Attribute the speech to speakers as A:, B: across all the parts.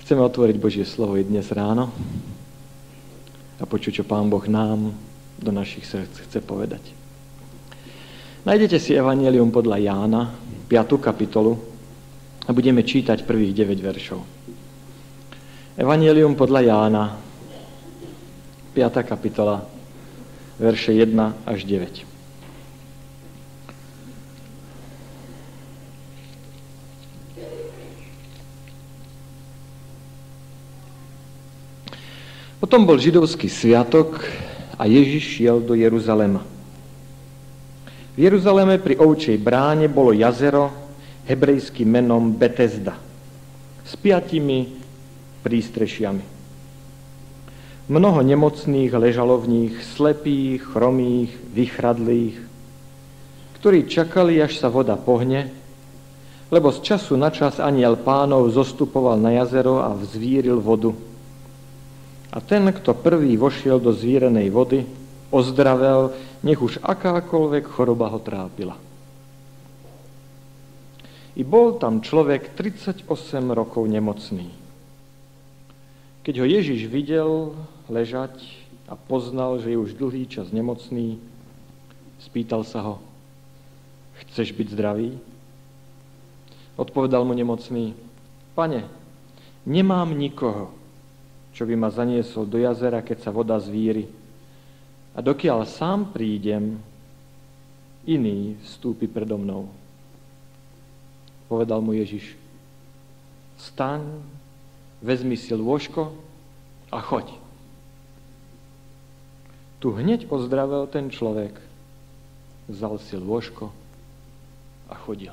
A: Chceme otvoriť Božie slovo i dnes ráno a počuť, čo Pán Boh nám do našich srdc chce povedať. Nájdete si Evanjelium podľa Jána, 5. kapitolu a budeme čítať prvých 9 veršov. Evanjelium podľa Jána, 5. kapitola, verše 1 až 9. Potom bol židovský sviatok a Ježiš šiel do Jeruzalema. V Jeruzaleme pri ovčej bráne bolo jazero hebrejským menom Betesda s 5 prístrešiami. Mnoho nemocných ležalo v nich, slepých, chromých, vychradlých, ktorí čakali, až sa voda pohne, lebo z času na čas anjel Pánov zostupoval na jazero a vzvíril vodu. A ten, kto prvý vošiel do zvírenej vody, ozdravel, nech už akákoľvek choroba ho trápila. I bol tam človek 38 rokov nemocný. Keď ho Ježiš videl ležať a poznal, že je už dlhý čas nemocný, spýtal sa ho: Chceš byť zdravý? Odpovedal mu nemocný: Pane, nemám nikoho, čo by ma zaniesol do jazera, keď sa voda zvíri. A dokiaľ sám prídem, iný vstúpi predo mnou. Povedal mu Ježiš: Vstaň, vezmi si lôžko a choď. Tu hneď ozdravel ten človek, vzal si lôžko a chodil.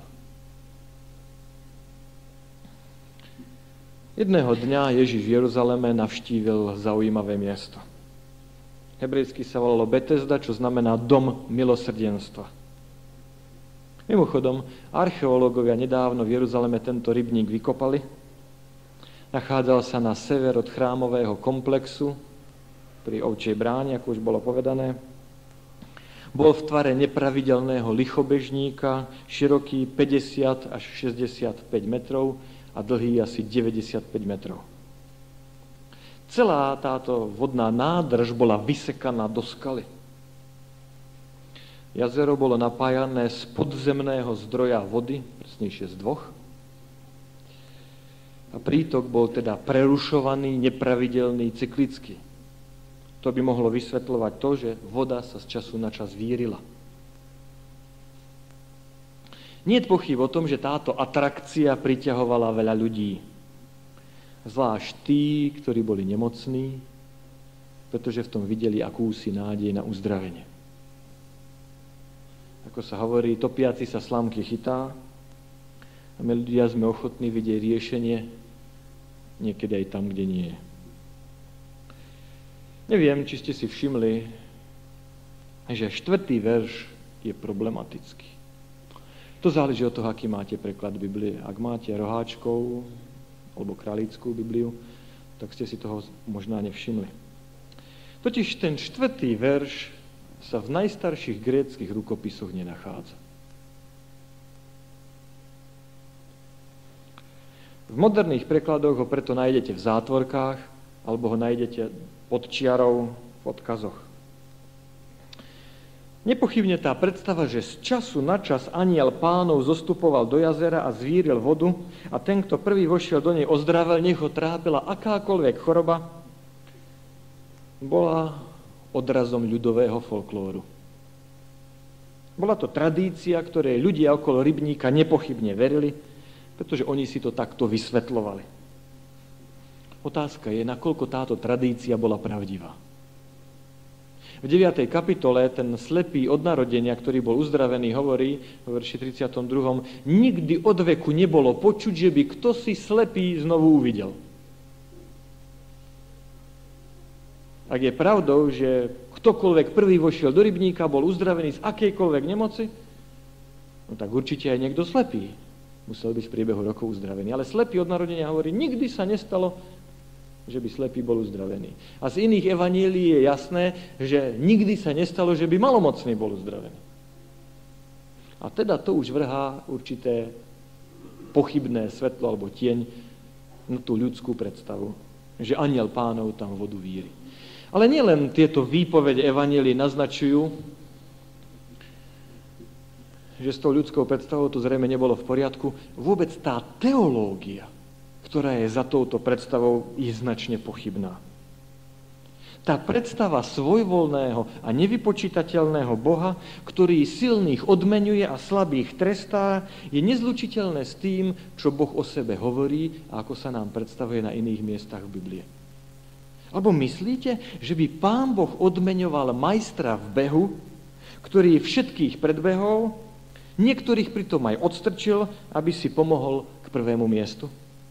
A: Jedného dňa Ježiš v Jeruzaleme navštívil zaujímavé miesto. Hebrejsky sa volalo Betesda, čo znamená dom milosrdenstva. Mimochodom, archeológovia nedávno v Jeruzaleme tento rybník vykopali. Nachádzal sa na sever od chrámového komplexu pri ovčej bráne, ako už bolo povedané. Bol v tvare nepravidelného lichobežníka, široký 50 až 65 metrov, a dlhý asi 95 metrov. Celá táto vodná nádrž bola vysekaná do skaly. Jazero bolo napájané z podzemného zdroja vody, presnejšie z 2. A prítok bol teda prerušovaný, nepravidelný, cyklický. To by mohlo vysvetľovať to, že voda sa z času na čas vírila. Nie je pochyb o tom, že táto atrakcia priťahovala veľa ľudí. Zvlášť tí, ktorí boli nemocní, pretože v tom videli akúsi nádej na uzdravenie. Ako sa hovorí, topiaci sa slámky chytá a my ľudia sme ochotní vidieť riešenie niekedy aj tam, kde nie je. Neviem, či ste si všimli, že 4. verš je problematický. To záleží od toho, aký máte preklad Biblie. Ak máte roháčkovú alebo králickú Bibliu, tak ste si toho možná nevšimli. Totiž ten 4. verš sa v najstarších gréckych rukopisoch nenachádza. V moderných prekladoch ho preto nájdete v zátvorkách alebo ho nájdete pod čiarou v odkazoch. Nepochybne tá predstava, že z času na čas anjel Pánov zostupoval do jazera a zvíril vodu a ten, kto prvý vošiel do nej, ozdravel, nech ho trápila akákoľvek choroba, bola odrazom ľudového folklóru. Bola to tradícia, ktorej ľudia okolo rybníka nepochybne verili, pretože oni si to takto vysvetľovali. Otázka je, nakoľko táto tradícia bola pravdivá. V 9. kapitole ten slepý od narodenia, ktorý bol uzdravený, hovorí vo verši 32. Nikdy od veku nebolo počuť, že by kto si slepý znovu uvidel. Ak je pravdou, že ktokoľvek prvý vošiel do rybníka, bol uzdravený z akejkoľvek nemoci, no tak určite aj niekto slepý musel byť v priebehu rokov uzdravený. Ale slepý od narodenia hovorí, nikdy sa nestalo, že by slepý bol uzdravený. A z iných evanílií je jasné, že nikdy sa nestalo, že by malomocný bol uzdravený. A teda to už vrhá určité pochybné svetlo alebo tieň na tú ľudskú predstavu, že anjel Pánov tam vodu víri. Ale nielen tieto výpovede evanjelií naznačujú, že s tou ľudskou predstavou to zrejme nebolo v poriadku. Vôbec tá teológia, ktorá je za touto predstavou, je značne pochybná. Tá predstava svojvoľného a nevypočítateľného Boha, ktorý silných odmeňuje a slabých trestá, je nezlučiteľné s tým, čo Boh o sebe hovorí a ako sa nám predstavuje na iných miestach v Biblii. Alebo myslíte, že by Pán Boh odmeňoval majstra v behu, ktorý všetkých predbehol, niektorých pritom aj odstrčil, aby si pomohol k prvému miestu?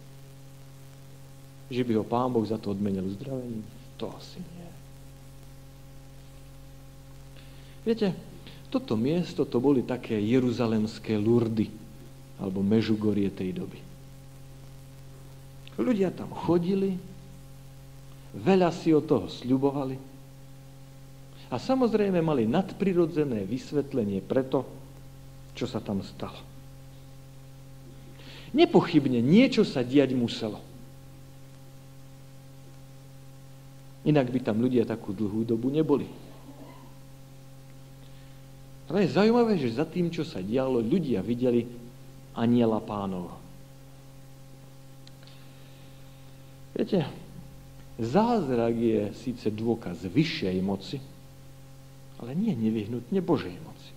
A: Že by ho Pán Boh za to odmenil uzdravením? To asi nie. Viete, toto miesto to boli také jeruzalemské Lurdy, alebo Mežugorie tej doby. Ľudia tam chodili, veľa si od toho sľubovali a samozrejme mali nadprirodzené vysvetlenie pre to, čo sa tam stalo. Nepochybne niečo sa diať muselo. Inak by tam ľudia takú dlhú dobu neboli. Ale je zaujímavé, že za tým, čo sa dialo, ľudia videli anjela Pánovho. Viete, zázrak je síce dôkaz vyššej moci, ale nie nevyhnutne Božej moci.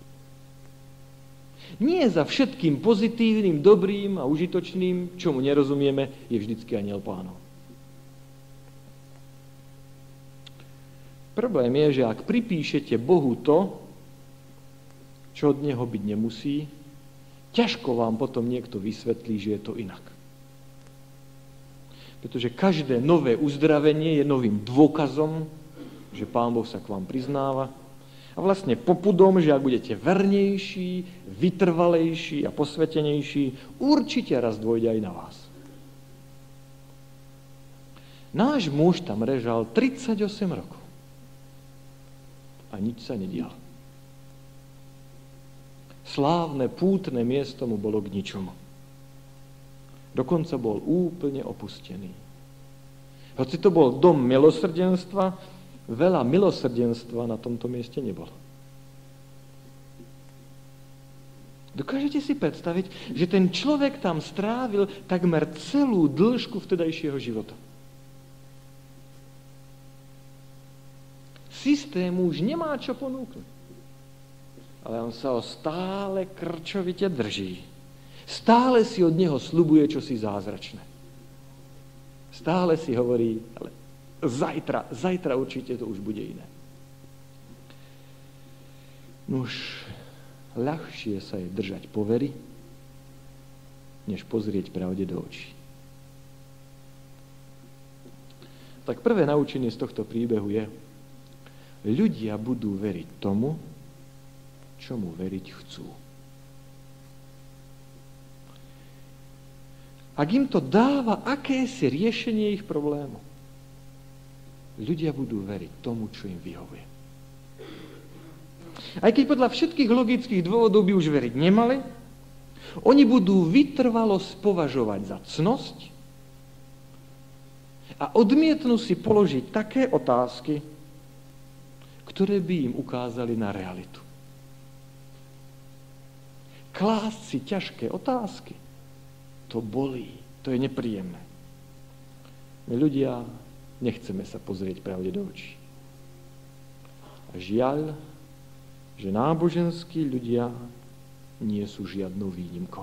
A: Nie za všetkým pozitívnym, dobrým a užitočným, čomu nerozumieme, je vždycky anjel Pánov. Problém je, že ak pripíšete Bohu to, čo od neho byť nemusí, ťažko vám potom niekto vysvetlí, že je to inak. Pretože každé nové uzdravenie je novým dôkazom, že Pán Boh sa k vám priznáva a vlastne popudom, že ak budete vernejší, vytrvalejší a posvetenejší, určite raz dôjde aj na vás. Náš muž tam ležal 38 rokov a nič sa nedialo. Slávne pútne miesto mu bolo k ničomu. Dokonca bol úplne opustený. Hoci to bol dom milosrdenstva, veľa milosrdenstva na tomto mieste nebolo. Dokážete si predstaviť, že ten človek tam strávil takmer celú dĺžku vtedajšieho života. Systém už nemá čo ponúknuť. Ale on sa ho stále krčovite drží. Stále si od neho sľubuje čosi zázračné. Stále si hovorí, ale zajtra určite to už bude iné. Nuž, ľahšie sa je držať povery, než pozrieť pravde do očí. Tak prvé naučenie z tohto príbehu je, ľudia budú veriť tomu, čomu veriť chcú. Ak im to dáva akési riešenie ich problému, ľudia budú veriť tomu, čo im vyhovuje. Aj keď podľa všetkých logických dôvodov by už veriť nemali, oni budú vytrvalo považovať za cnosť a odmietnú si položiť také otázky, ktoré by im ukázali na realitu. Klásť si ťažké otázky, to bolí, to je nepríjemné. My ľudia nechceme sa pozrieť pravde do očí. A žiaľ, že náboženskí ľudia nie sú žiadnou výnimkou.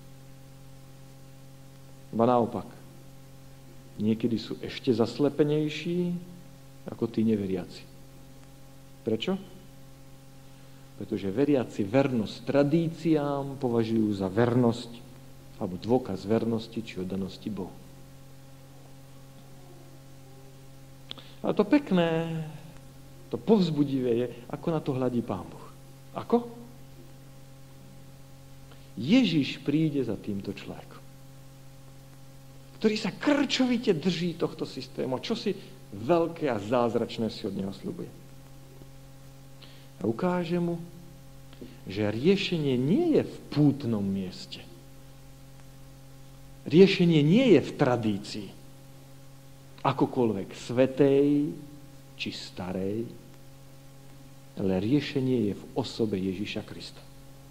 A: Ba naopak, niekedy sú ešte zaslepenejší ako tí neveriaci. Prečo? Pretože veriaci vernosť tradíciám považujú za vernosť alebo dôkaz vernosti či oddanosti Bohu. A to pekné, to povzbudivé je, ako na to hľadí Pán Boh. Ako? Ježiš príde za týmto človekom, ktorý sa krčovite drží tohto systému. Čosi veľké a zázračné si od neho sľubuje. A ukáže mu, že riešenie nie je v pútnom mieste, Riešenie nie je v tradícii, akokoľvek svätej či starej, ale riešenie je v osobe Ježiša Krista.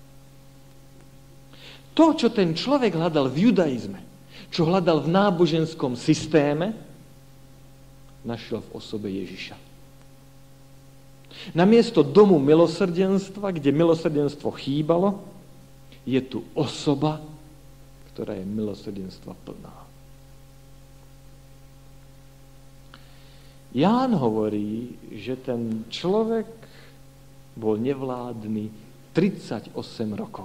A: To, čo ten človek hľadal v judaizme, čo hľadal v náboženskom systéme, našiel v osobe Ježiša. Namiesto domu milosrdenstva, kde milosrdenstvo chýbalo, je tu osoba, ktorá je milosrdenstva plná. Ján hovorí, že ten človek bol nevládny 38 rokov.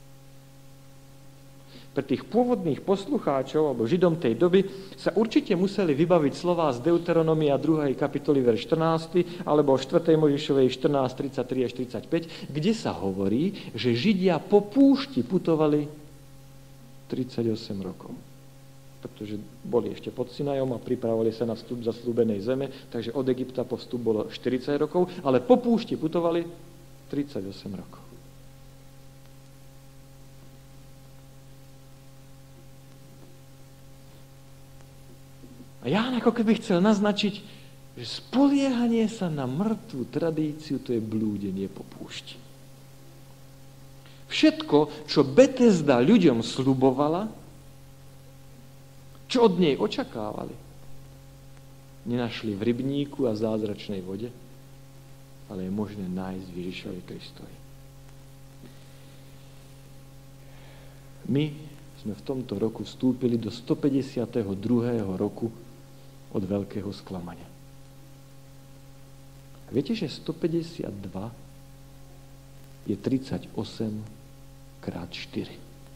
A: Pre tých pôvodných poslucháčov, alebo Židom tej doby, sa určite museli vybaviť slová z Deuteronomia 2. kapitoly, verš 14, alebo 4. Mojžišovej 14, 33 až 35, kde sa hovorí, že Židia po púšti putovali 38 rokov. Pretože boli ešte pod Sinajom a pripravovali sa na vstup zasľúbenej zeme, takže od Egypta po vstup bolo 40 rokov, ale po púšti putovali 38 rokov. A Ján ako keby chcel naznačiť, že spoliehanie sa na mŕtvú tradíciu, to je blúdenie po púšti. Všetko, čo Betesda ľuďom sľubovala, čo od nej očakávali, nenašli v rybníku a zázračnej vode, ale je možné nájsť v Ježišovi Kristovi. My sme v tomto roku vstúpili do 152. roku od veľkého sklamania. A viete, že 152 je 38 krát 4.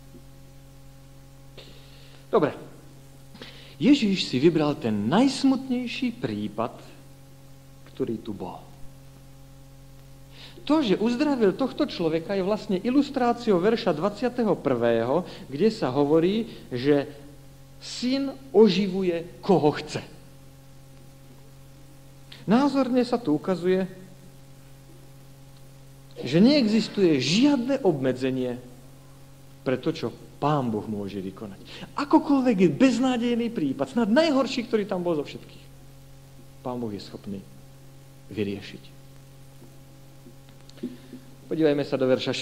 A: Dobre. Ježíš si vybral ten najsmutnejší prípad, ktorý tu bol. To, že uzdravil tohto človeka, je vlastne ilustráciou verša 21., kde sa hovorí, že syn oživuje, koho chce. Názorne sa tu ukazuje, že neexistuje žiadne obmedzenie pre to, čo Pán Boh môže vykonať. Akokoľvek je beznádejný prípad, snad najhorší, ktorý tam bol zo všetkých, Pán Boh je schopný vyriešiť. Podívajme sa do verša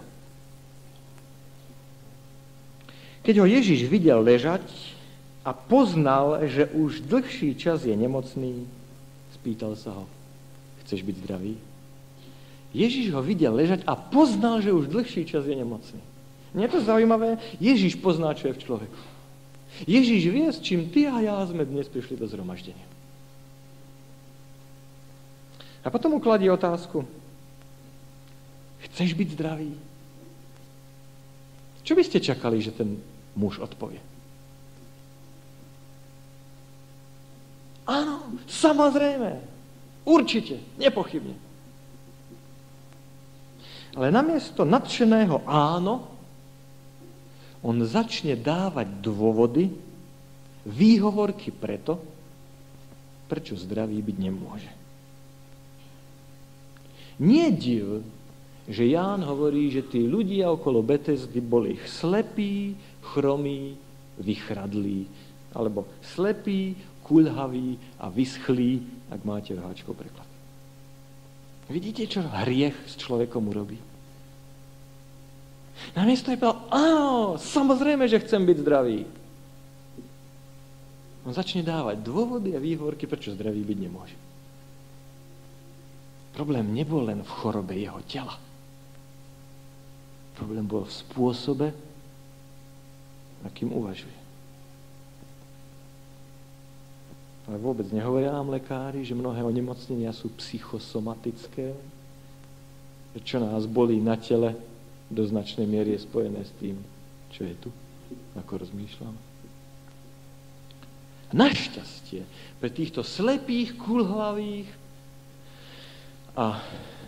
A: 6. Keď ho Ježiš videl ležať a poznal, že už dlhší čas je nemocný, spýtal sa ho, chceš byť zdravý? Ježiš ho videl ležať a poznal, že už dlhší čas je nemocný. Nie je to zaujímavé? Ježiš pozná, čo je v človeku. Ježiš vie, s čím ty a ja sme dnes prišli do zhromaždenia. A potom mu kladie otázku, chceš byť zdravý? Čo by ste čakali, že ten muž odpovie? Áno, samozrejme, určite, nepochybne. Ale namiesto nadšeného áno, on začne dávať dôvody, výhovorky preto, prečo zdravý byť nemôže. Nie div, že Ján hovorí, že tí ľudia okolo Betesdy boli slepí, chromí, vychradlí, alebo slepí, kulhaví a vyschlí, ak máte roháčkov preklad. Vidíte, čo hriech s človekom urobí? Namiesto je povedal, áno, samozrejme, že chcem byť zdravý. On začne dávať dôvody a výhovorky, prečo zdravý byť nemôže. Problém nebol len v chorobe jeho tela. Problém bol v spôsobe, akým uvažuje. Ale vôbec nehovoria nám lekári, že mnohé onemocnenia sú psychosomatické, že čo nás bolí na tele, do značnej miery je spojené s tým, čo je tu, ako rozmýšľam. Našťastie pre týchto slepých, kulhlavých a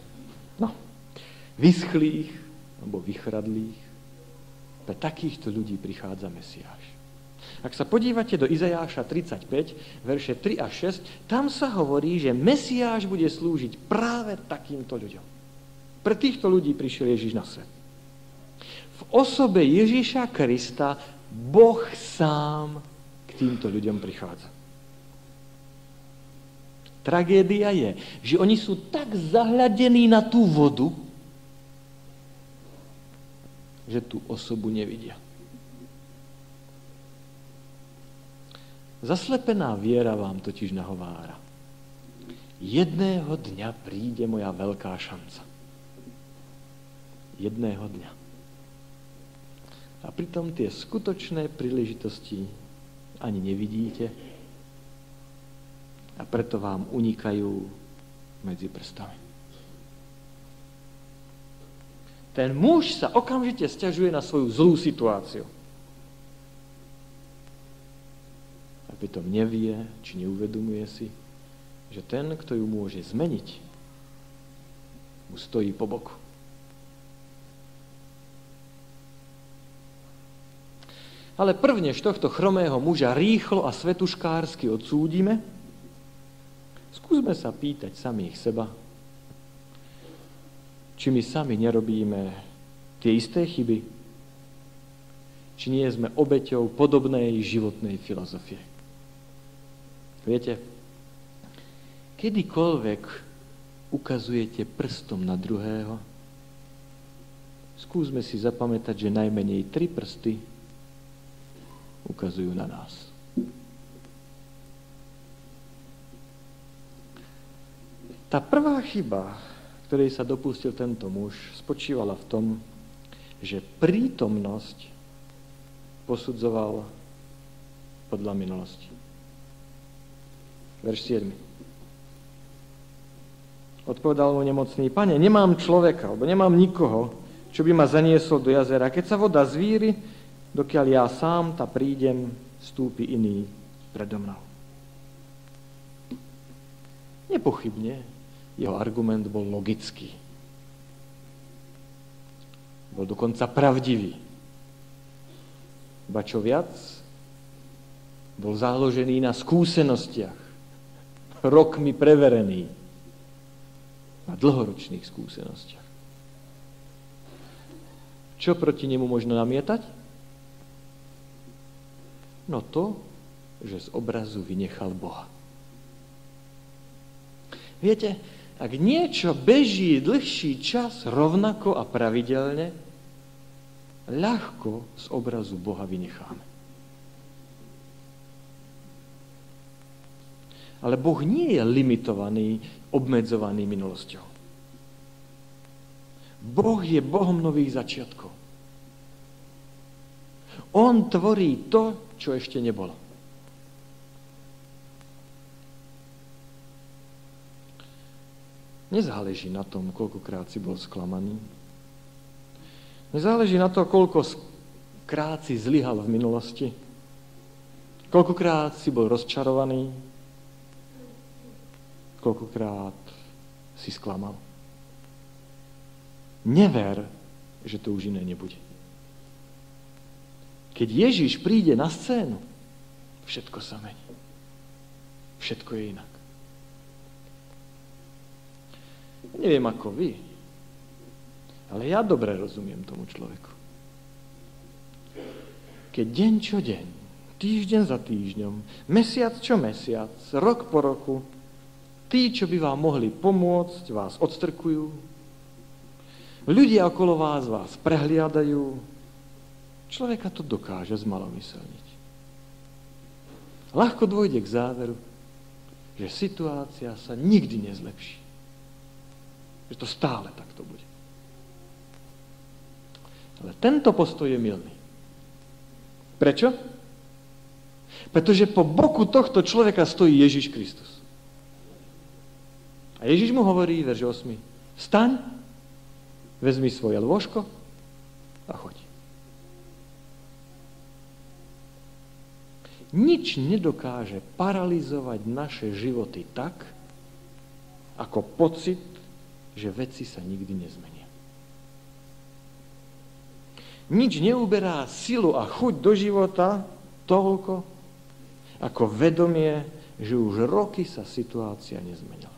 A: vyschlých alebo vychradlých, pre takýchto ľudí prichádza Mesiáš. Ak sa podívate do Izajáša 35, verše 3 a 6, tam sa hovorí, že Mesiáš bude slúžiť práve takýmto ľuďom. Pre týchto ľudí prišiel Ježiš na svet. V osobe Ježiša Krista Boh sám k týmto ľuďom prichádza. Tragédia je, že oni sú tak zahľadení na tú vodu, že tú osobu nevidia. Zaslepená viera vám totiž nahovára. Jedného dňa príde moja veľká šanca. Jedného dňa. A pritom tie skutočné príležitosti ani nevidíte a preto vám unikajú medzi prstami. Ten muž sa okamžite sťažuje na svoju zlú situáciu. A pritom nevie, či neuvedomuje si, že ten, kto ju môže zmeniť, mu stojí po boku. Ale prvnež tohto chromého muža rýchlo a svetuškársky odsúdime, skúsme sa pýtať samých seba, či my sami nerobíme tie isté chyby, či nie sme obeťou podobnej životnej filozofie. Viete, kedykoľvek ukazujete prstom na druhého, skúsme si zapamätať, že najmenej 3 prsty ukazujú na nás. Tá prvá chyba, ktorej sa dopustil tento muž, spočívala v tom, že prítomnosť posudzoval podľa minulosti. Verš 7. Odpovedal mu nemocný: Pane, nemám človeka, alebo nemám nikoho, čo by ma zaniesol do jazera. Keď sa voda zvíri, dokiaľ ja sám ta prídem, vstúpi iný predo mnou. Nepochybne jeho argument bol logický. Bol dokonca pravdivý. Ba čo viac, bol založený na skúsenostiach, rokmi preverený, na dlhoročných skúsenostiach. Čo proti nemu možno namietať? No to, že z obrazu vynechal Boha. Viete, ak niečo beží dlhší čas rovnako a pravidelne, ľahko z obrazu Boha vynecháme. Ale Boh nie je limitovaný, obmedzovaný minulosťou. Boh je Bohom nových začiatkov. On tvorí to, čo ešte nebolo. Nezáleží na tom, koľkokrát si bol sklamaný. Nezáleží na to, koľkokrát si zlyhal v minulosti. Koľkokrát si bol rozčarovaný. Koľkokrát si sklamal. Never, že to už iné nebude. Keď Ježiš príde na scénu, všetko sa mení. Všetko je inak. Neviem ako vy, ale ja dobre rozumiem tomu človeku. Keď deň čo deň, týždeň za týždňom, mesiac čo mesiac, rok po roku, tí, čo by vám mohli pomôcť, vás odstrkujú, ľudia okolo vás prehliadajú, človeka to dokáže zmalomyselniť. Ľahko dôjde k záveru, že situácia sa nikdy nezlepší. Že to stále takto bude. Ale tento postoj je mylný. Prečo? Pretože po boku tohto človeka stojí Ježiš Kristus. A Ježiš mu hovorí, verš 8, vstaň, vezmi svoje lôžko a choď. Nič nedokáže paralizovať naše životy tak, ako pocit, že veci sa nikdy nezmenia. Nič neuberá silu a chuť do života toľko, ako vedomie, že už roky sa situácia nezmenila.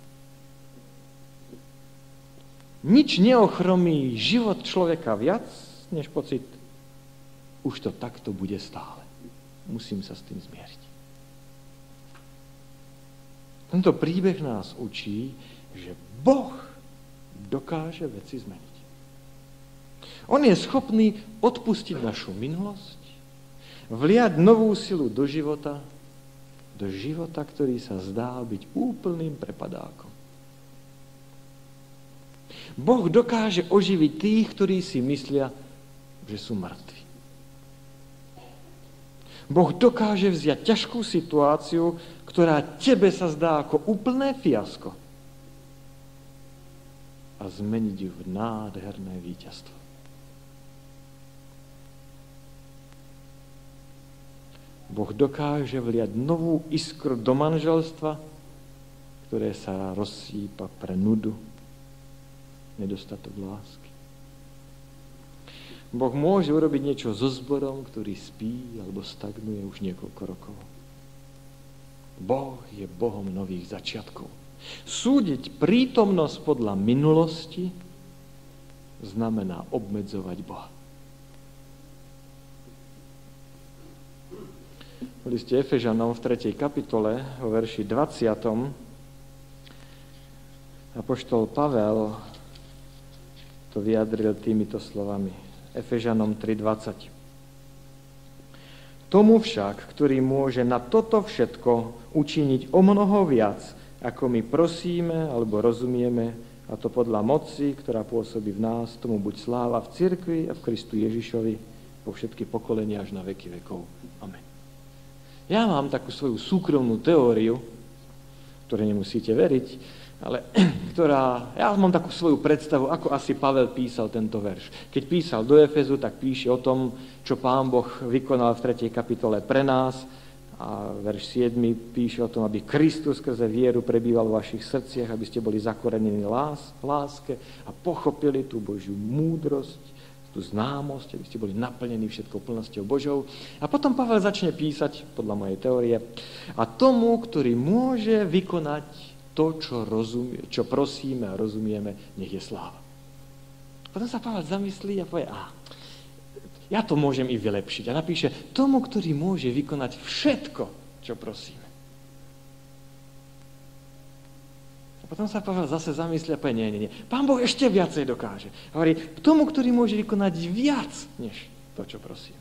A: Nič neochromí život človeka viac, než pocit, už to takto bude stále. Musím sa s tým zmieriť. Tento príbeh nás učí, že Boh dokáže veci zmeniť. On je schopný odpustiť našu minulosť, vliať novú silu do života, ktorý sa zdá byť úplným prepadákom. Boh dokáže oživiť tých, ktorí si myslia, že sú mŕtvi. Boh dokáže vziať ťažkú situáciu, ktorá tebe sa zdá ako úplné fiasko a zmeniť ju v nádherné víťazstvo. Boh dokáže vliať novú iskru do manželstva, ktoré sa rozsýpa pre nudu, nedostatok lásky. Boh môže urobiť niečo so zborom, ktorý spí alebo stagnuje už niekoľko rokov. Boh je Bohom nových začiatkov. Súdiť prítomnosť podľa minulosti znamená obmedzovať Boha. V liste Efežanom v 3. kapitole, vo verši 20. apoštol Pavel to vyjadril týmito slovami. Efežanom 3.20. Tomu však, ktorý môže na toto všetko učiniť o mnoho viac, ako my prosíme alebo rozumieme, a to podľa moci, ktorá pôsobí v nás, tomu buď sláva v cirkvi a v Kristu Ježišovi po všetky pokolenia až na veky vekov. Amen. Ja mám takú svoju súkromnú teóriu, ktorej nemusíte veriť, ale ja mám takú svoju predstavu, ako asi Pavel písal tento verš. Keď písal do Efezu, tak píše o tom, čo Pán Boh vykonal v 3. kapitole pre nás, a verš 7 píše o tom, aby Kristus skrze vieru prebýval v vašich srdciach, aby ste boli zakorenení v láske a pochopili tú Božiu múdrosť, tú známosť, aby ste boli naplnení všetkou plnosťou Božou. A potom Pavel začne písať, podľa mojej teórie, a tomu, ktorý môže vykonať to, čo prosíme a rozumieme, nech je sláva. Potom sa Pavel zamyslí a povie, ja to môžem i vylepšiť. A napíše, tomu, ktorý môže vykonať všetko, čo prosíme. A potom sa Pavel zase zamyslí a povie, nie. Pán Boh ešte viacej dokáže. A hovorí, tomu, ktorý môže vykonať viac, než to, čo prosíme.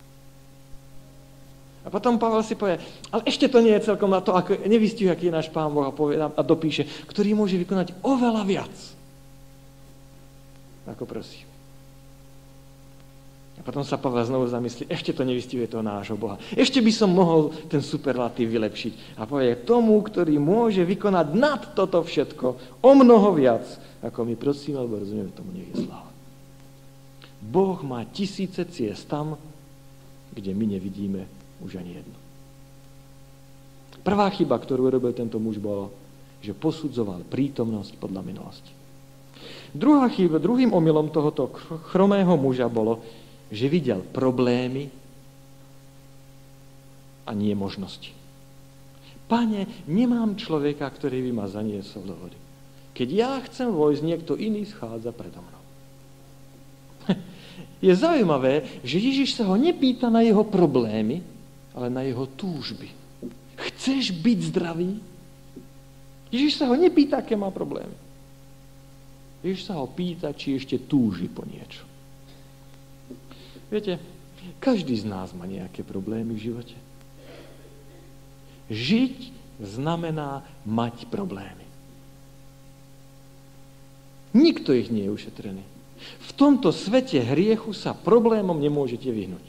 A: A potom Pavel si povie, ale ešte to nie je celkom na to, ako nevystihuje, aký je náš Pán Boh, a dopíše, ktorý môže vykonať oveľa viac, ako prosím. A potom sa Pavel znovu zamyslí, ešte to nevystihuje toho nášho Boha. Ešte by som mohol ten superlatív vylepšiť. A povie, tomu, ktorý môže vykonať nad toto všetko o mnoho viac, ako my prosíme, alebo rozumieme, tomu nech je sláva. Boh má tisíce ciest tam, kde my nevidíme už ani jedno. Prvá chyba, ktorú urobil tento muž, bolo, že posudzoval prítomnosť podľa minulosti. Druhá chyba, druhým omylom tohoto chromého muža bolo, že videl problémy a nie možnosti. Pane, nemám človeka, ktorý by ma zaniesol do vody. Keď ja chcem vojsť, niekto iný schádza predo mnou. Je zaujímavé, že Ježiš sa ho nepýta na jeho problémy, ale na jeho túžby. Chceš byť zdravý? Ježiš sa ho nepýta, aké má problémy. Ježiš sa ho pýta, či ešte túži po niečo. Viete, každý z nás má nejaké problémy v živote. Žiť znamená mať problémy. Nikto ich nie je ušetrený. V tomto svete hriechu sa problémom nemôžete vyhnúť.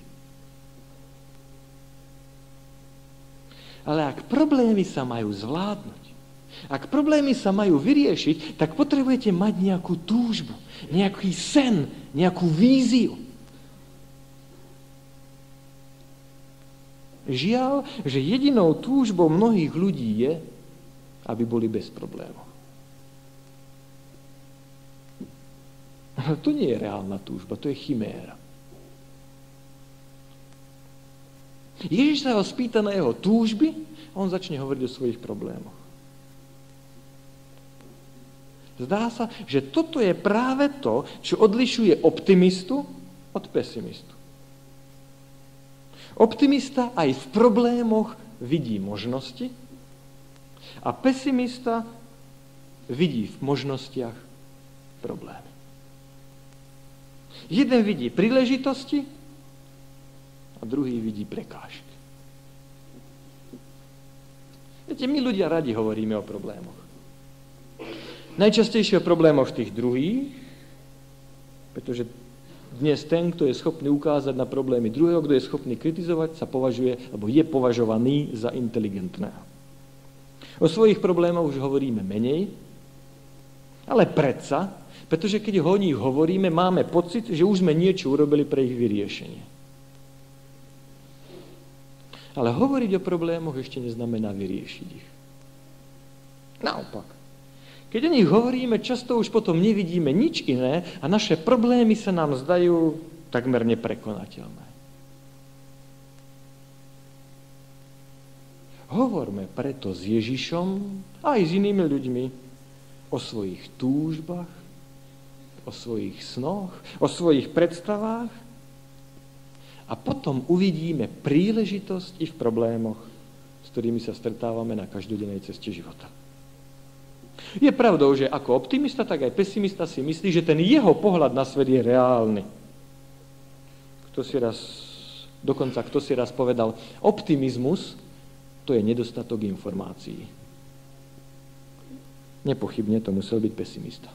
A: Ale ak problémy sa majú zvládnuť, ak problémy sa majú vyriešiť, tak potrebujete mať nejakú túžbu, nejaký sen, nejakú víziu. Žiaľ, že jedinou túžbou mnohých ľudí je, aby boli bez problémov. Ale to nie je reálna túžba, to je chiméra. Ježiš sa ho spýta na jeho túžby a on začne hovoriť o svojich problémoch. Zdá sa, že toto je práve to, čo odlišuje optimistu od pesimistu. Optimista aj v problémoch vidí možnosti a pesimista vidí v možnostiach problémy. Jeden vidí príležitosti a druhý vidí prekážky. Viete, my ľudia radi hovoríme o problémoch. Najčastejšie o problémoch tých druhých, pretože dnes ten, kto je schopný ukázať na problémy druhého, kto je schopný kritizovať, sa považuje, alebo je považovaný za inteligentného. O svojich problémoch už hovoríme menej, ale predsa, pretože keď o nich hovoríme, máme pocit, že už sme niečo urobili pre ich vyriešenie. Ale hovoriť o problémoch ešte neznamená vyriešiť ich. Naopak. Keď o nich hovoríme, často už potom nevidíme nič iné a naše problémy sa nám zdajú takmer neprekonateľné. Hovorme preto s Ježišom aj s inými ľuďmi o svojich túžbách, o svojich snoch, o svojich predstavách a potom uvidíme príležitosť i v problémoch, s ktorými sa stretávame na každodennej ceste života. Je pravdou, že ako optimista, tak aj pesimista si myslí, že ten jeho pohľad na svet je reálny. Kto si raz povedal, optimizmus to je nedostatok informácií. Nepochybne to musel byť pesimista.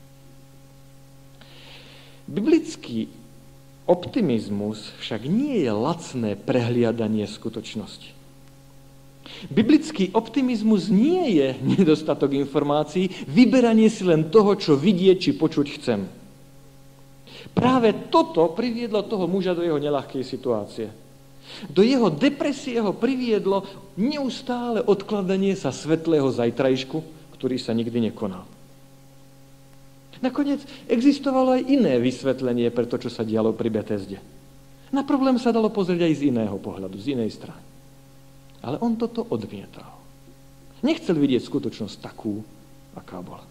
A: Biblický optimizmus však nie je lacné prehliadanie skutočnosti. Biblický optimizmus nie je nedostatok informácií, vyberanie si len toho, čo vidieť či počuť chcem. Práve toto priviedlo toho muža do jeho neľahkej situácie. Do jeho depresie ho priviedlo neustále odkladanie sa svetlého zajtrajšku, ktorý sa nikdy nekonal. Nakoniec existovalo aj iné vysvetlenie pre to, čo sa dialo pri Betesde. Na problém sa dalo pozrieť aj z iného pohľadu, z inej strany. Ale on toto odmietal. Nechcel vidieť skutočnosť takú, aká bola.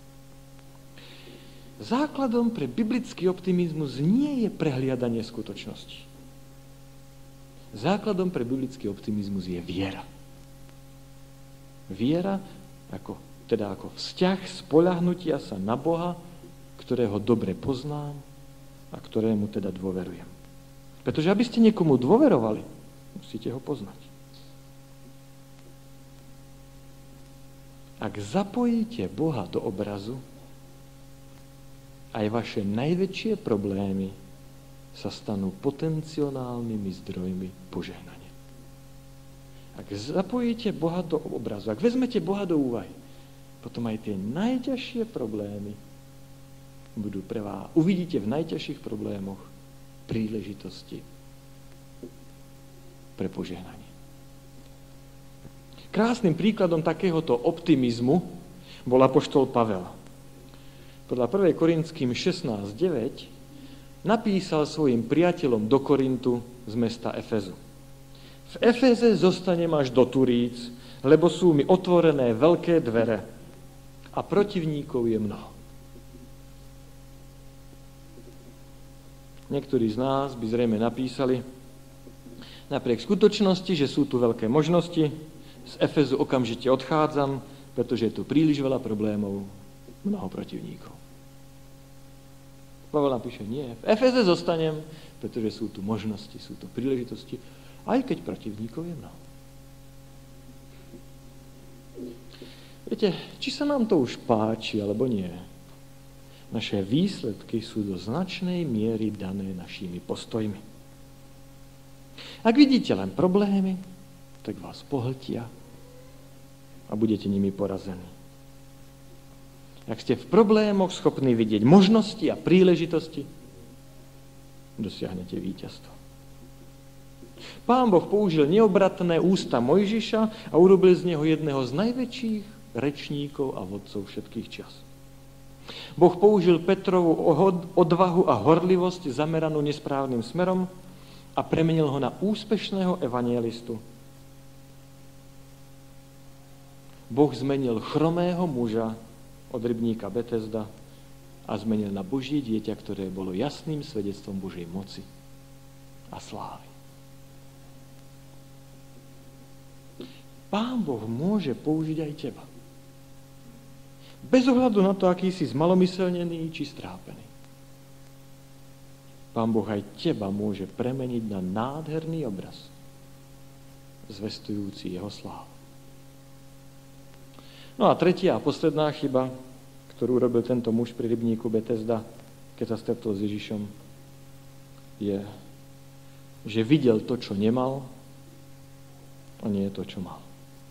A: Základom pre biblický optimizmus nie je prehliadanie skutočnosti. Základom pre biblický optimizmus je viera. Viera ako vzťah spoľahnutia sa na Boha, ktorého dobre poznám a ktorému teda dôverujem. Pretože aby ste niekomu dôverovali, musíte ho poznať. Ak zapojíte Boha do obrazu, aj vaše najväčšie problémy sa stanú potenciálnymi zdrojmi požehnania. Ak zapojíte Boha do obrazu, ak vezmete Boha do úvahy, potom aj tie najťažšie problémy budú pre vás. Uvidíte v najťažších problémoch príležitosti pre požehnanie. Krásnym príkladom takéhoto optimizmu bol apoštol Pavel. Podľa 1. Korinským 16:9 napísal svojim priateľom do Korintu z mesta Efezu. V Efeze zostanem až do Turíc, lebo sú mi otvorené veľké dvere a protivníkov je mnoho. Niektorí z nás by zrejme napísali, napriek skutočnosti, že sú tu veľké možnosti, z Efezu okamžite odchádzam, pretože je tu príliš veľa problémov, mnoho protivníkov. Pavel napíše, nie, v Efeze zostanem, pretože sú tu možnosti, sú tu príležitosti, aj keď protivníkov je mnoho. Viete, či sa nám to už páči, alebo nie, naše výsledky sú do značnej miery dané našimi postojmi. Ak vidíte len problémy, tak vás pohltia a budete nimi porazení. Ak ste v problémoch schopní vidieť možnosti a príležitosti, dosiahnete víťazstvo. Pán Boh použil neobratné ústa Mojžiša a urobil z neho jedného z najväčších rečníkov a vodcov všetkých čias. Boh použil Petrovú odvahu a horlivosť zameranú nesprávnym smerom a premenil ho na úspešného evangelistu. Boh zmenil chromého muža od rybníka Betesda a zmenil na Božie dieťa, ktoré bolo jasným svedectvom Božej moci a slávy. Pán Boh môže použiť aj teba. Bez ohľadu na to, aký si zmalomyselnený či strápený. Pán Boh aj teba môže premeniť na nádherný obraz, zvestujúci jeho slávu. No a tretia a posledná chyba, ktorú robil tento muž pri rybníku Betesda, keď sa stretol s Ježišom, je, že videl to, čo nemal, a nie to, čo mal.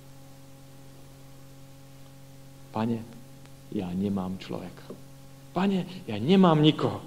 A: Pane, ja nemám človeka. Pane, ja nemám nikoho.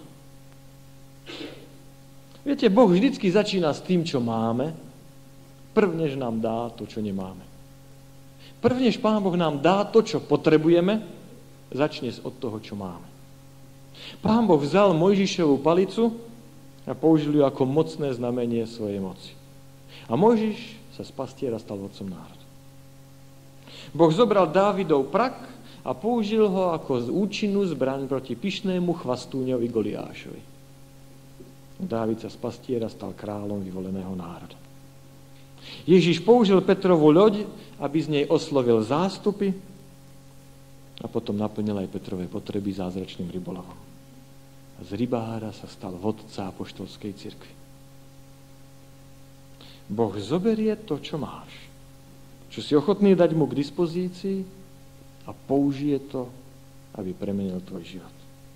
A: Viete, Boh vždycky začína s tým, čo máme, prvnež nám dá to, čo nemáme. Prvnež Pán Boh nám dá to, čo potrebujeme, začne od toho, čo máme. Pán Boh vzal Mojžišovú palicu a použil ju ako mocné znamenie svojej moci. A Mojžiš sa z pastiera stal vodcom národa. Boh zobral Dávidov prak a použil ho ako účinnú zbraň proti pyšnému chvastúňovi Goliášovi. Dávid sa z pastiera stal kráľom vyvoleného národa. Ježiš použil Petrovú loď, aby z nej oslovil zástupy a potom naplnil aj Petrové potreby zázračným rybolovom. A z rybára sa stal vodca apoštolskej cirkvi. Boh zoberie to, čo máš, čo si ochotný dať mu k dispozícii a použije to, aby premenil tvoj život.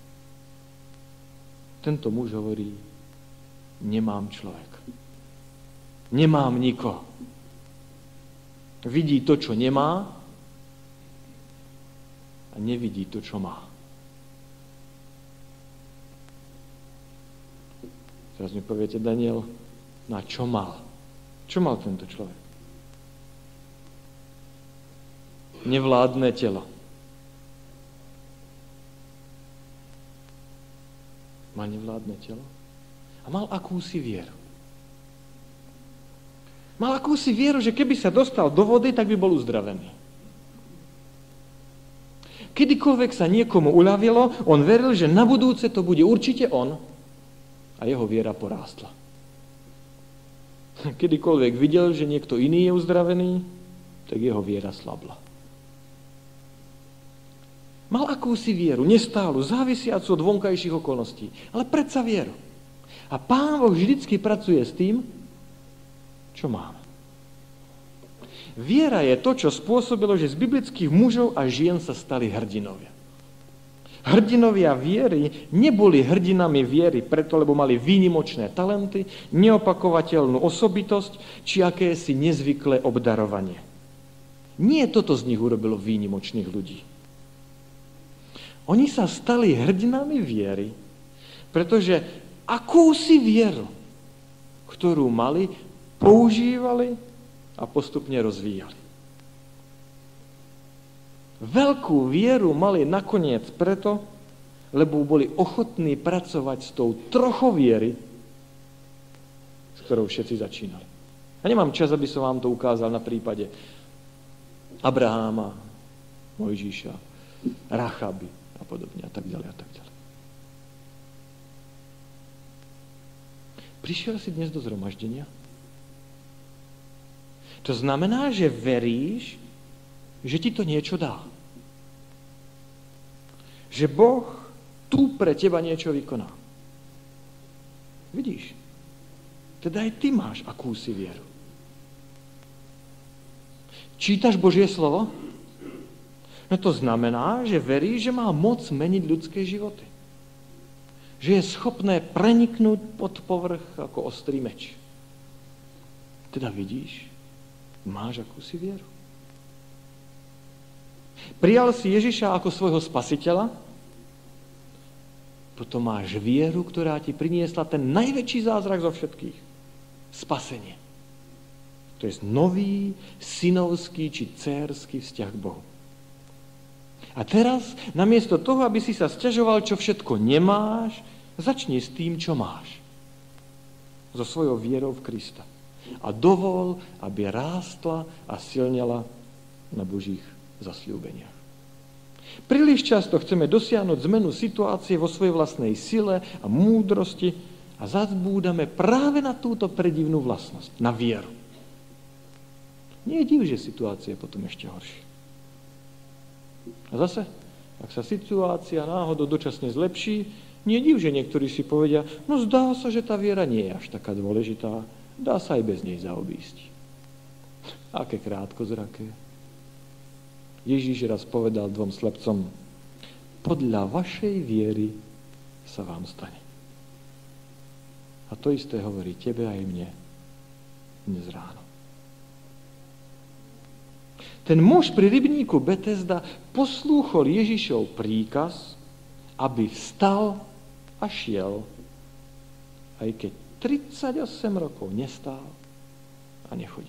A: Tento muž hovorí, nemám človeka. Nemám nikoho. Vidí to, čo nemá a nevidí to, čo má. Teraz mi poviete, Daniel, na čo mal? Čo mal tento človek? Nevládne telo. Mal nevládne telo? A mal akúsi vieru. Mal akúsi vieru, že keby sa dostal do vody, tak by bol uzdravený. Kedykoľvek sa niekomu uľavilo, on veril, že na budúce to bude určite on a jeho viera porástla. Kedykoľvek videl, že niekto iný je uzdravený, tak jeho viera slabla. Mal akúsi vieru, nestálu, závisiacu od vonkajších okolností, ale predsa vieru. A Pán Boh vždycky pracuje s tým, čo máme. Viera je to, čo spôsobilo, že z biblických mužov a žien sa stali hrdinovia. Hrdinovia viery neboli hrdinami viery preto, lebo mali výnimočné talenty, neopakovateľnú osobitosť či akési nezvyklé obdarovanie. Nie toto z nich urobilo výnimočných ľudí. Oni sa stali hrdinami viery, pretože akúsi vieru, ktorú mali, používali a postupne rozvíjali. Veľkú vieru mali nakoniec preto, lebo boli ochotní pracovať s tou trochou viery, s ktorou všetci začínali. A nemám čas, aby som vám to ukázal na prípade Abraháma, Mojžiša, Rachaby a podobne a tak ďalej a tak ďalej. Prišiel si dnes do zhromaždenia? To znamená, že veríš, že ti to niečo dá. Že Boh tu pre teba niečo vykoná. Vidíš? Teda aj ty máš akúsi vieru. Čítaš Božie slovo? No to znamená, že veríš, že má moc meniť ľudské životy. Že je schopné preniknúť pod povrch ako ostrý meč. Teda vidíš, máš akúsi vieru. Prijal si Ježiša ako svojho spasiteľa, potom máš vieru, ktorá ti priniesla ten najväčší zázrak zo všetkých. Spasenie. To je nový, synovský či dcérsky vzťah k Bohu. A teraz, namiesto toho, aby si sa sťažoval, čo všetko nemáš, začni s tým, čo máš. So svojou vierou v Krista. A dovol, aby rástla a silnela na Božích zasľúbeniach. Príliš často chceme dosiahnuť zmenu situácie vo svojej vlastnej sile a múdrosti a zabúdame práve na túto predivnú vlastnosť, na vieru. Nie je div, že situácia je potom ešte horšia. A zase, ak sa situácia náhodou dočasne zlepší, nie je div, že niektorí si povedia, no zdá sa, že tá viera nie je až taká dôležitá, dá sa aj bez nej zaobísť. Aké krátkozraké. Ježíš raz povedal 2 slepcom, podľa vašej viery sa vám stane. A to isté hovorí tebe aj mne dnes ráno. Ten muž pri rybníku Betesda poslúchol Ježišov príkaz, aby vstal a šiel, aj keď 38 rokov nestál a nechodil.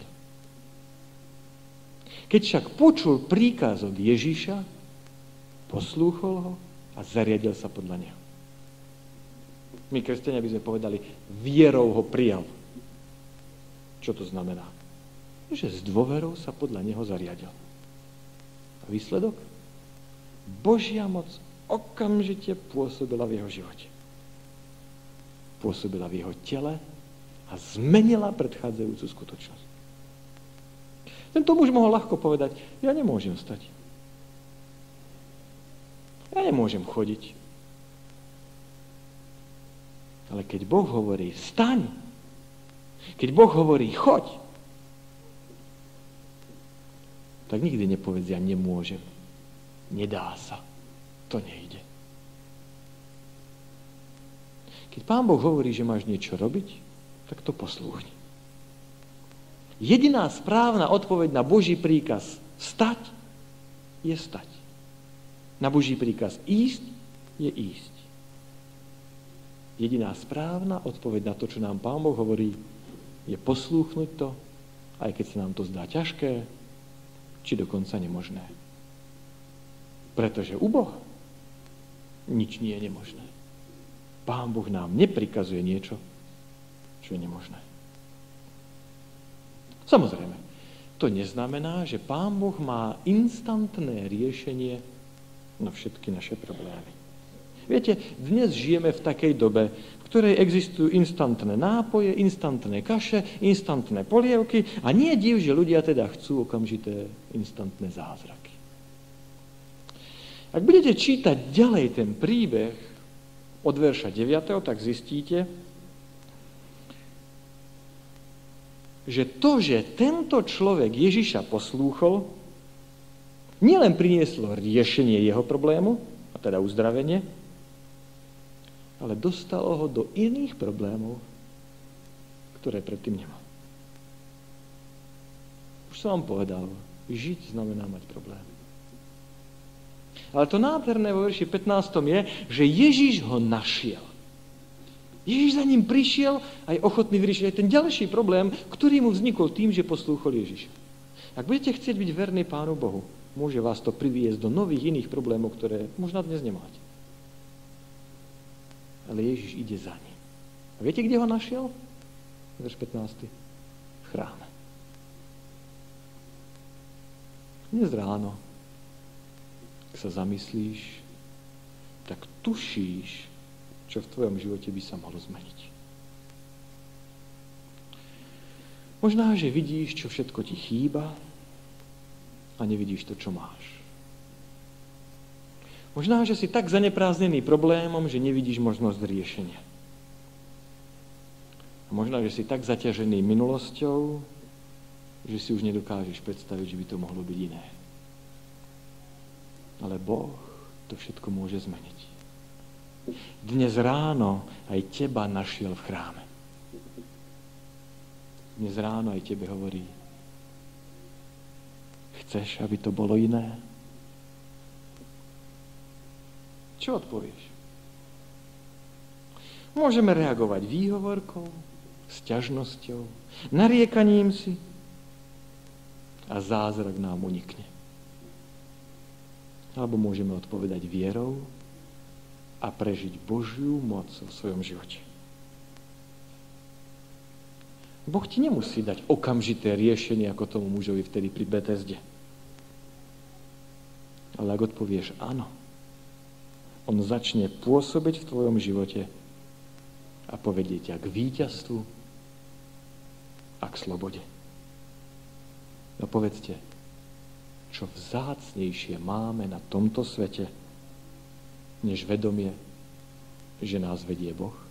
A: Keď však počul príkaz od Ježiša, poslúchol ho a zariadil sa podľa neho. My, kresťania, by sme povedali, vierou ho prijal. Čo to znamená? Že s dôverou sa podľa neho zariadil. A výsledok? Božia moc okamžite pôsobila v jeho živote. Pôsobila v jeho tele a zmenila predchádzajúcu skutočnosť. Tento muž mohol ľahko povedať, ja nemôžem stať. Ja nemôžem chodiť. Ale keď Boh hovorí, vstaň, keď Boh hovorí, choď, tak nikdy nepovedz, ja nemôžem. Nedá sa. To nejde. Keď Pán Boh hovorí, že máš niečo robiť, tak to poslúchni. Jediná správna odpoveď na Boží príkaz vstať je stať. Na Boží príkaz ísť je ísť. Jediná správna odpoveď na to, čo nám Pán Boh hovorí, je poslúchnuť to, aj keď sa nám to zdá ťažké, či dokonca nemožné. Pretože u Boha nič nie je nemožné. Pán Boh nám neprikazuje niečo, čo je nemožné. Samozrejme, to neznamená, že Pán Boh má instantné riešenie na všetky naše problémy. Viete, dnes žijeme v takej dobe, v ktorej existujú instantné nápoje, instantné kaše, instantné polievky a nie je div, že ľudia teda chcú okamžité instantné zázraky. Ak budete čítať ďalej ten príbeh od verša 9, tak zistíte, že to, že tento človek Ježiša poslúchol, nielen prinieslo riešenie jeho problému, a teda uzdravenie, ale dostalo ho do iných problémov, ktoré predtým nemal. Už som vám povedal, žiť znamená mať problém. Ale to nádherné vo verši 15 je, že Ježiš ho našiel. Ježiš za ním prišiel a je ochotný vyriešiť aj ten ďalší problém, ktorý mu vznikol tým, že poslúchol Ježiša. Ak budete chcieť byť verní Pánu Bohu, môže vás to priviesť do nových iných problémov, ktoré možno dnes nemáte. Ale Ježiš ide za ním. A viete, kde ho našiel? Verš 15. V chráme. Dnes ráno, ak sa zamyslíš, tak tušíš, čo v tvojom živote by sa mohlo zmeniť. Možná, že vidíš, čo všetko ti chýba a nevidíš to, čo máš. Možná, že si tak zanepráznený problémom, že nevidíš možnosť riešenia. A možná, že si tak zaťažený minulosťou, že si už nedokážeš predstaviť, že by to mohlo byť iné. Ale Boh to všetko môže zmeniť. Dnes ráno aj teba našiel v chráme. Dnes ráno aj tebe hovorí, chceš, aby to bolo iné? Čo odpovieš? Môžeme reagovať výhovorkou, sťažnosťou, nariekaním si a zázrak nám unikne. Alebo môžeme odpovedať vierou a prežiť Božiu moc v svojom živote. Boh ti nemusí dať okamžité riešenie, ako tomu mužovi vtedy pri Betesde. Ale ak odpovieš áno, on začne pôsobiť v tvojom živote a povedie ťa k víťazstvu a k slobode. No povedzte, čo vzácnejšie máme na tomto svete, než vedomie, že nás vedie Boh?